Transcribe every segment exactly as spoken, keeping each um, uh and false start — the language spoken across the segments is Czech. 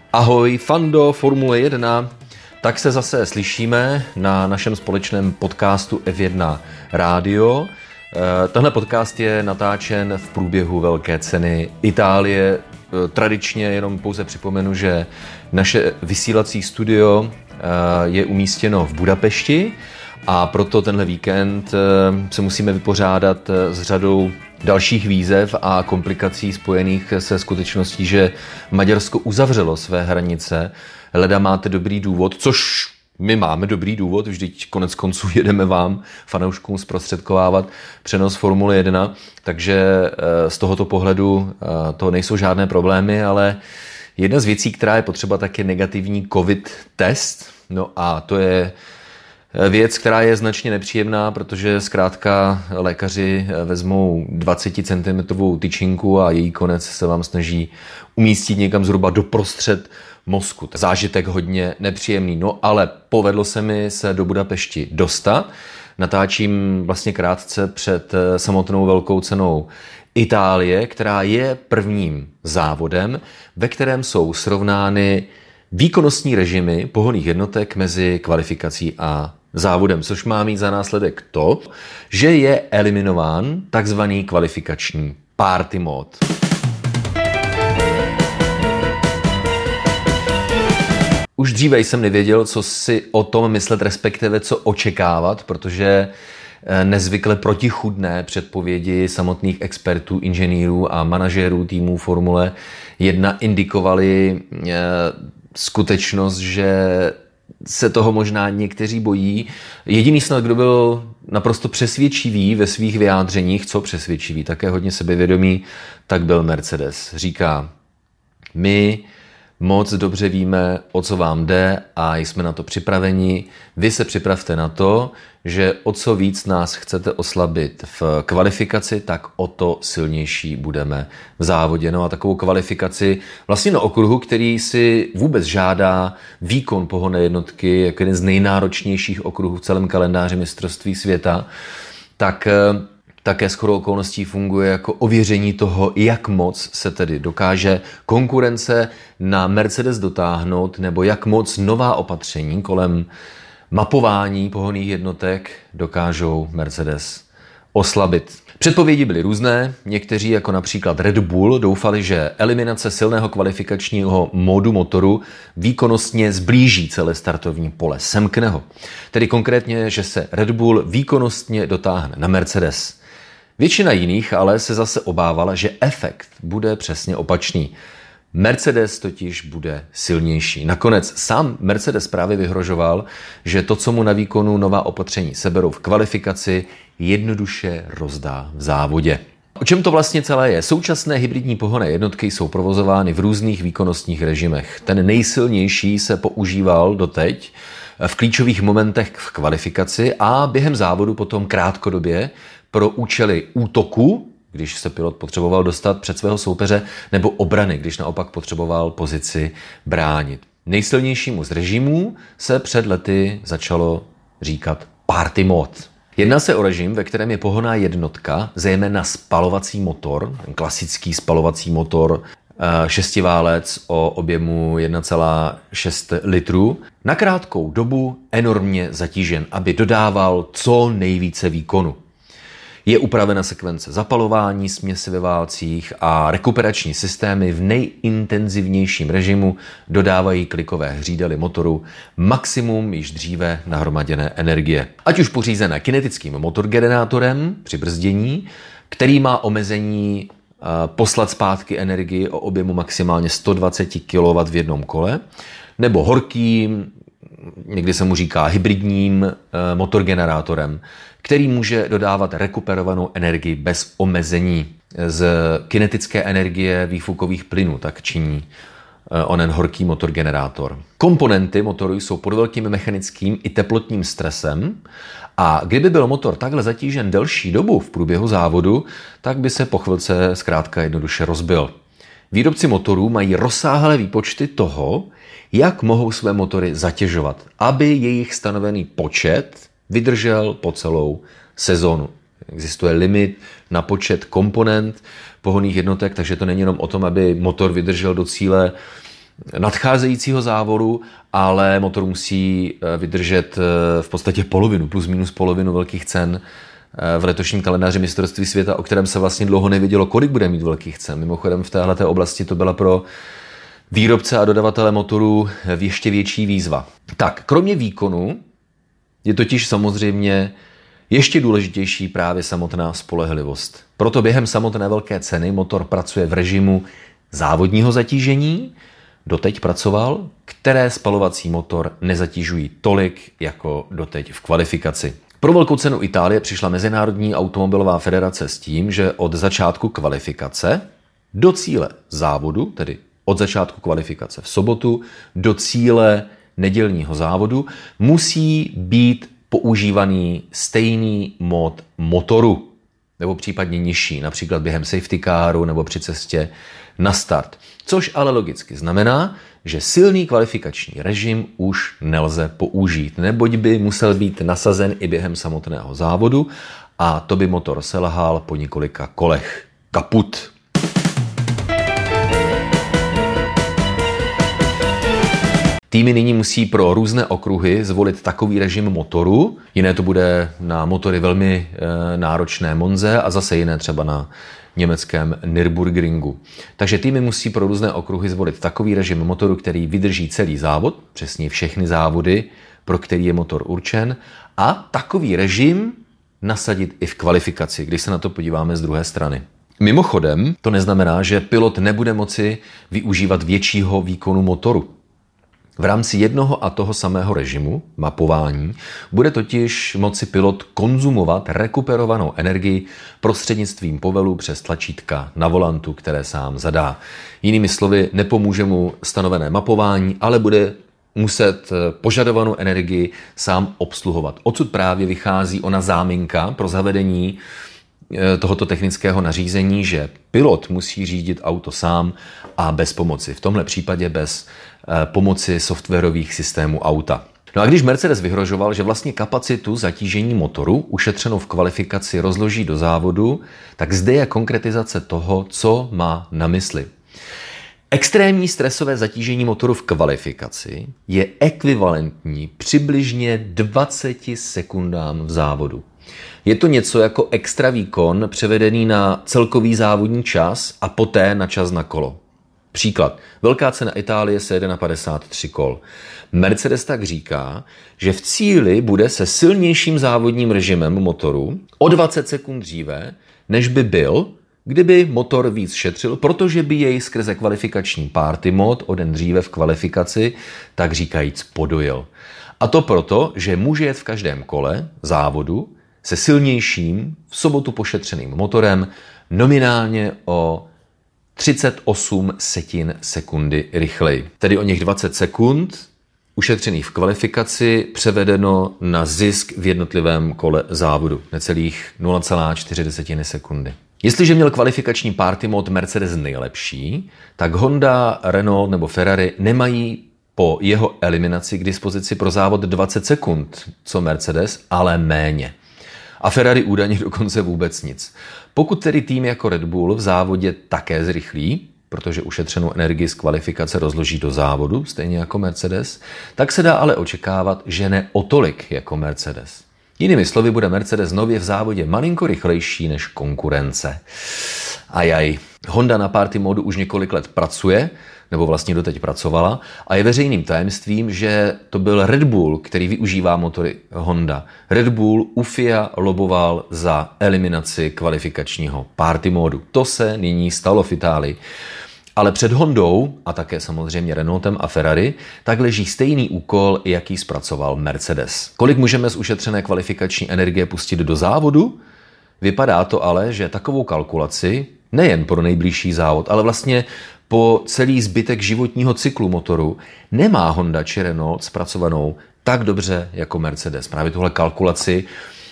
Ahoj, fando Formule jedna. Tak se zase slyšíme na našem společném podcastu F jedna Radio. Tenhle podcast je natáčen v průběhu velké ceny Itálie. Tradičně jenom pouze připomenu, že naše vysílací studio je umístěno v Budapešti a proto tenhle víkend se musíme vypořádat s řadou dalších výzev a komplikací spojených se skutečností, že Maďarsko uzavřelo své hranice. Leda máte dobrý důvod, což my máme dobrý důvod, vždyť konec konců jedeme vám, fanouškům, zprostředkovávat přenos Formule jedna, takže z tohoto pohledu to nejsou žádné problémy, ale jedna z věcí, která je potřeba, tak je negativní covid test. No a to je věc, která je značně nepříjemná, protože zkrátka lékaři vezmou dvacet centimetrů tyčinku a její konec se vám snaží umístit někam zhruba doprostřed mozku. Zážitek hodně nepříjemný. No ale povedlo se mi se do Budapešti dostat. Natáčím vlastně krátce před samotnou velkou cenou Itálie, která je prvním závodem, ve kterém jsou srovnány výkonnostní režimy pohonných jednotek mezi kvalifikací a závodem, což má mít za následek to, že je eliminován takzvaný kvalifikační party mode. Už dříve jsem nevěděl, co si o tom myslet, respektive co očekávat, protože nezvykle protichůdné předpovědi samotných expertů, inženýrů a manažérů týmů Formule jedna indikovaly skutečnost, že se toho možná někteří bojí. Jediný snad, kdo byl naprosto přesvědčivý ve svých vyjádřeních, co přesvědčivý, také hodně sebevědomý, tak byl Mercedes. Říká, my moc dobře víme, o co vám jde a jsme na to připraveni. Vy se připravte na to, že o co víc nás chcete oslabit v kvalifikaci, tak o to silnější budeme v závodě. No a takovou kvalifikaci vlastně na okruhu, který si vůbec žádá výkon pohonné jednotky jako jeden z nejnáročnějších okruhů v celém kalendáři mistrovství světa, tak také shodou okolností funguje jako ověření toho, jak moc se tedy dokáže konkurence na Mercedes dotáhnout, nebo jak moc nová opatření kolem mapování pohonných jednotek dokážou Mercedes oslabit. Předpovědi byly různé, někteří jako například Red Bull doufali, že eliminace silného kvalifikačního módu motoru výkonnostně zblíží celé startovní pole, semkne ho. Tedy konkrétně, že se Red Bull výkonnostně dotáhne na Mercedes. Většina jiných ale se zase obávala, že efekt bude přesně opačný. Mercedes totiž bude silnější. Nakonec sám Mercedes právě vyhrožoval, že to, co mu na výkonu nová opatření seberou v kvalifikaci, jednoduše rozdá v závodě. O čem to vlastně celé je? Současné hybridní pohonné jednotky jsou provozovány v různých výkonnostních režimech. Ten nejsilnější se používal doteď v klíčových momentech v kvalifikaci a během závodu potom krátkodobě pro účely útoku, když se pilot potřeboval dostat před svého soupeře, nebo obrany, když naopak potřeboval pozici bránit. Nejsilnějšímu z režimů se před lety začalo říkat party mode. Jedná se o režim, ve kterém je pohonná jednotka, zejména spalovací motor, klasický spalovací motor, šestiválec o objemu jedna celá šest litru, na krátkou dobu enormně zatížen, aby dodával co nejvíce výkonu. Je upravena sekvence zapalování, směsi ve válcích a rekuperační systémy v nejintenzivnějším režimu dodávají klikové hřídely motoru maximum již dříve nahromaděné energie. Ať už pořízené kinetickým motorgenerátorem při brzdění, který má omezení poslat zpátky energii o objemu maximálně sto dvacet kilowattů v jednom kole, nebo horkým, někdy se mu říká hybridním motorgenerátorem, který může dodávat rekuperovanou energii bez omezení. Z kinetické energie výfukových plynů tak činí onen horký motorgenerátor. Komponenty motoru jsou pod velkým mechanickým i teplotním stresem a kdyby byl motor takhle zatížen delší dobu v průběhu závodu, tak by se po chvilce zkrátka jednoduše rozbil. Výrobci motorů mají rozsáhlé výpočty toho, jak mohou své motory zatěžovat, aby jejich stanovený počet vydržel po celou sezonu. Existuje limit na počet komponent pohonných jednotek, takže to není jenom o tom, aby motor vydržel do cíle nadcházejícího závodu, ale motor musí vydržet v podstatě polovinu, plus minus polovinu velkých cen v letošním kalendáři mistrovství světa, o kterém se vlastně dlouho nevědělo, kolik bude mít velkých cen. Mimochodem v téhleté oblasti to byla pro výrobce a dodavatele motorů ještě větší výzva. Tak, kromě výkonu je totiž samozřejmě ještě důležitější právě samotná spolehlivost. Proto během samotné velké ceny motor pracuje v režimu závodního zatížení, doteď pracoval, které spalovací motor nezatížují tolik jako doteď v kvalifikaci. Pro velkou cenu Itálie přišla Mezinárodní automobilová federace s tím, že od začátku kvalifikace do cíle závodu, tedy od začátku kvalifikace v sobotu do cíle nedělního závodu, musí být používaný stejný mod motoru, nebo případně nižší, například během safety caru nebo při cestě na start. Což ale logicky znamená, že silný kvalifikační režim už nelze použít, neboť by musel být nasazen i během samotného závodu a to by motor selhal po několika kolech. Kaput. Týmy nyní musí pro různé okruhy zvolit takový režim motoru, jiné to bude na motory velmi e, náročné Monze a zase jiné třeba na německém Nürburgringu. Takže týmy musí pro různé okruhy zvolit takový režim motoru, který vydrží celý závod, přesně všechny závody, pro který je motor určen, a takový režim nasadit i v kvalifikaci, když se na to podíváme z druhé strany. Mimochodem, to neznamená, že pilot nebude moci využívat většího výkonu motoru. V rámci jednoho a toho samého režimu, mapování, bude totiž moci pilot konzumovat rekuperovanou energii prostřednictvím povelu přes tlačítka na volantu, které sám zadá. Jinými slovy, nepomůže mu stanovené mapování, ale bude muset požadovanou energii sám obsluhovat. Odsud právě vychází ona záminka pro zavedení tohoto technického nařízení, že pilot musí řídit auto sám a bez pomoci. V tomhle případě bez pomoci softwarových systémů auta. No a když Mercedes vyhrožoval, že vlastně kapacitu zatížení motoru ušetřenou v kvalifikaci rozloží do závodu, tak zde je konkretizace toho, co má na mysli. Extrémní stresové zatížení motoru v kvalifikaci je ekvivalentní přibližně dvaceti sekundám v závodu. Je to něco jako extra výkon převedený na celkový závodní čas a poté na čas na kolo. Příklad. Velká cena Itálie se jede na padesát tři kol. Mercedes tak říká, že v cíli bude se silnějším závodním režimem motoru o dvacet sekund dříve, než by byl, kdyby motor víc šetřil, protože by jej skrze kvalifikační party mod o den dříve v kvalifikaci, tak říkajíc, podojil. A to proto, že může jet v každém kole závodu se silnějším, v sobotu pošetřeným motorem nominálně o třicet osm setin sekundy rychleji. Tedy o něch dvacet sekund ušetřených v kvalifikaci převedeno na zisk v jednotlivém kole závodu. Necelých nula celá čtyři sekundy. Jestliže měl kvalifikační party mod Mercedes nejlepší, tak Honda, Renault nebo Ferrari nemají po jeho eliminaci k dispozici pro závod dvacet sekund, co Mercedes, ale méně. A Ferrari údajně dokonce vůbec nic. Pokud tedy tým jako Red Bull v závodě také zrychlí, protože ušetřenou energii z kvalifikace rozloží do závodu, stejně jako Mercedes, tak se dá ale očekávat, že ne o tolik jako Mercedes. Jinými slovy bude Mercedes nově v závodě malinko rychlejší než konkurence. Ajaj. Honda na party modu už několik let pracuje, nebo vlastně doteď pracovala, a je veřejným tajemstvím, že to byl Red Bull, který využívá motory Honda. Red Bull u F I A loboval za eliminaci kvalifikačního party modu. To se nyní stalo v Itálii. Ale před Hondou a také samozřejmě Renaultem a Ferrari tak leží stejný úkol, jaký zpracoval Mercedes. Kolik můžeme z ušetřené kvalifikační energie pustit do závodu? Vypadá to ale, že takovou kalkulaci nejen pro nejbližší závod, ale vlastně po celý zbytek životního cyklu motoru nemá Honda či Renault zpracovanou tak dobře jako Mercedes. Právě tuhle kalkulaci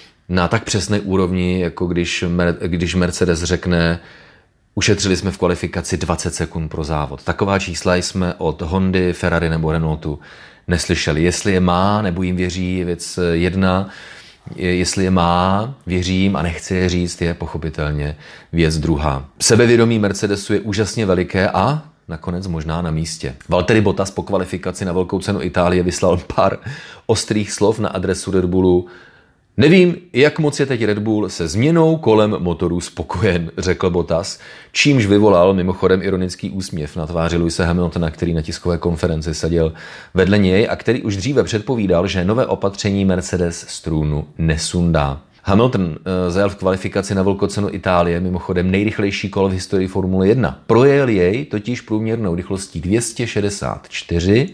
na tak přesné úrovni, jako když, když Mercedes řekne, ušetřili jsme v kvalifikaci dvacet sekund pro závod. Taková čísla jsme od Hondy, Ferrari nebo Renaultu neslyšeli. Jestli je má, nebo jim věří, je věc jedna. Jestli je má, věřím a nechci je říct, je pochopitelně věc druhá. Sebevědomí Mercedesu je úžasně veliké a nakonec možná na místě. Valtteri Bottas po kvalifikaci na velkou cenu Itálie vyslal pár ostrých slov na adresu Red Bullu. Nevím, jak moc je teď Red Bull se změnou kolem motorů spokojen, řekl Bottas, čímž vyvolal mimochodem ironický úsměv na tváři Lewise Hamiltona, který na tiskové konferenci seděl vedle něj a který už dříve předpovídal, že nové opatření Mercedes z trůnu nesundá. Hamilton zajel v kvalifikaci na velkou cenu Itálie, mimochodem nejrychlejší kolo v historii Formule jedna. Projel jej totiž průměrnou rychlostí dvě stě šedesát čtyři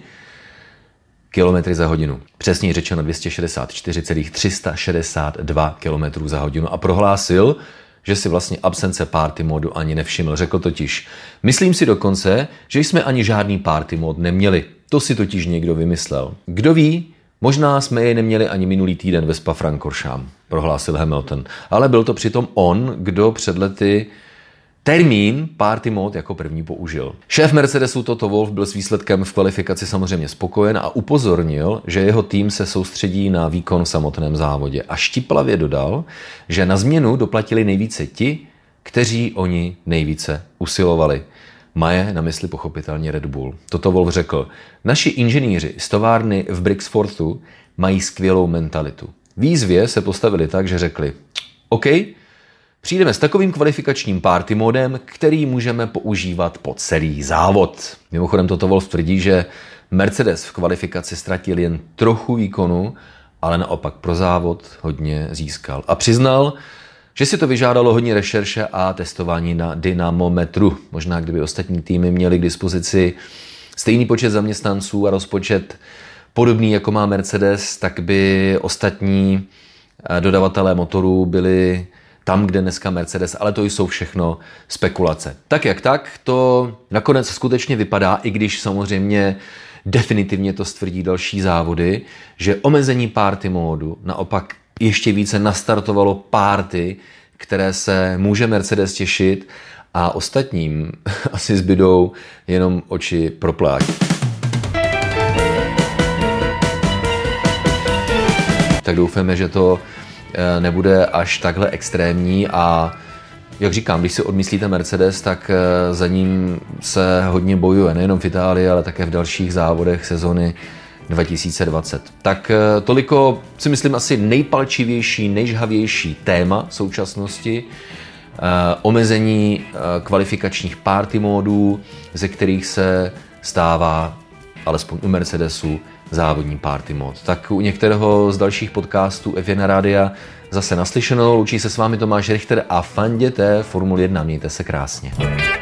kilometry za hodinu. Přesněji řečeno dvě stě šedesát čtyři celá tři sta šedesát dva kilometrů za hodinu a prohlásil, že si vlastně absence party modu ani nevšiml. Řekl totiž, myslím si dokonce, že jsme ani žádný party mod neměli. To si totiž někdo vymyslel. Kdo ví, možná jsme jej neměli ani minulý týden ve Spa-Francorchamps, prohlásil Hamilton. Ale byl to přitom on, kdo před lety termín party mode jako první použil. Šéf Mercedesu Toto Wolff byl s výsledkem v kvalifikaci samozřejmě spokojen a upozornil, že jeho tým se soustředí na výkon v samotném závodě. A štiplavě dodal, že na změnu doplatili nejvíce ti, kteří oni nejvíce usilovali. Maje na mysli pochopitelně Red Bull. Toto Wolff řekl, naši inženýři z továrny v Brixfortu mají skvělou mentalitu. Výzvě se postavili tak, že řekli, OK, přijdeme s takovým kvalifikačním party modem, který můžeme používat po celý závod. Mimochodem Toto Wolff tvrdí, že Mercedes v kvalifikaci ztratil jen trochu výkonu, ale naopak pro závod hodně získal. A přiznal, že si to vyžádalo hodně rešerše a testování na dynamometru. Možná kdyby ostatní týmy měly k dispozici stejný počet zaměstnanců a rozpočet podobný, jako má Mercedes, tak by ostatní dodavatelé motorů byli tam, kde dneska Mercedes, ale to jsou všechno spekulace. Tak jak tak, to nakonec skutečně vypadá, i když samozřejmě definitivně to stvrdí další závody, že omezení party módu naopak ještě více nastartovalo party, které se může Mercedes těšit a ostatním asi zbydou jenom oči proplátit. Tak doufáme, že to nebude až takhle extrémní a jak říkám, když si odmyslíte Mercedes, tak za ním se hodně bojuje, nejenom v Itálii, ale také v dalších závodech sezony dva tisíce dvacet. Tak toliko si myslím asi nejpalčivější, nejžhavější téma současnosti. Omezení kvalifikačních party módů, ze kterých se stává, alespoň u Mercedesu, závodní party mod. Tak u některého z dalších podcastů F jedna Rádia zase naslyšenou. Loučí se s vámi Tomáš Richter a fanděte Formule jedna. Mějte se krásně.